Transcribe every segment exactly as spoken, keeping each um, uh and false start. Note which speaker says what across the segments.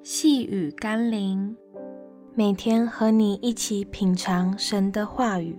Speaker 1: 细语甘霖，每天和你一起品尝神的话语。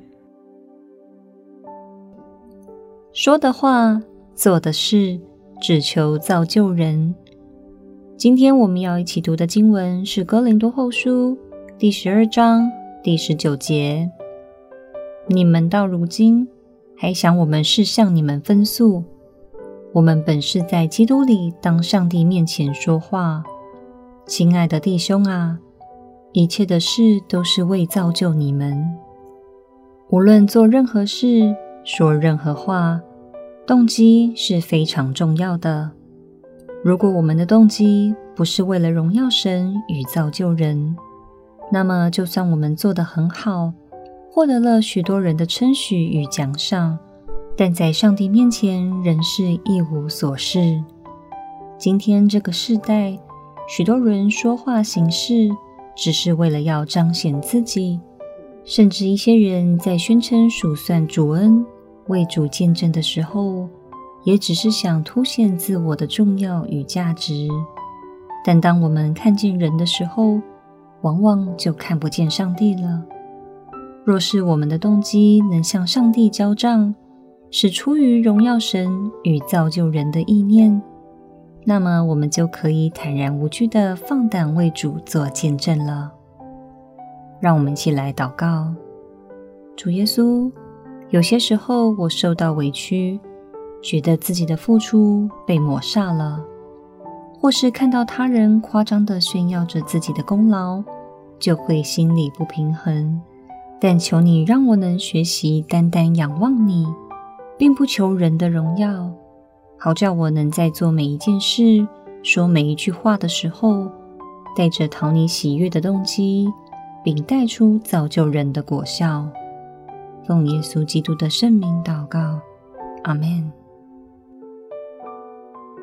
Speaker 2: 说的话，做的事，只求造就人。今天我们要一起读的经文是哥林多后书第十二章第十九节。你们到如今还想我们是向你们分诉，我们本是在基督里当上帝面前说话。亲爱的弟兄啊，一切的事都是为造就你们。无论做任何事，说任何话，动机是非常重要的。如果我们的动机不是为了荣耀神与造就人，那么就算我们做得很好，获得了许多人的称许与奖赏，但在上帝面前仍是一无所事。今天这个世代，许多人说话行事只是为了要彰显自己，甚至一些人在宣称数算主恩、为主见证的时候，也只是想凸显自我的重要与价值。但当我们看见人的时候，往往就看不见上帝了。若是我们的动机能向上帝交账，是出于荣耀神与造就人的意念，那么我们就可以坦然无惧地放胆为主做见证了。让我们一起来祷告。主耶稣，有些时候我受到委屈，觉得自己的付出被抹煞了，或是看到他人夸张地炫耀着自己的功劳，就会心里不平衡。但求你让我能学习单单仰望你，并不求人的荣耀，好叫我能在做每一件事、说每一句话的时候，带着讨你喜悦的动机，并带出造就人的果效。奉耶稣基督的圣名祷告，阿们。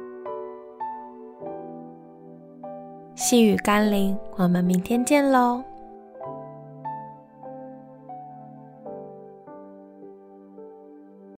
Speaker 1: 细语甘霖，我们明天见喽。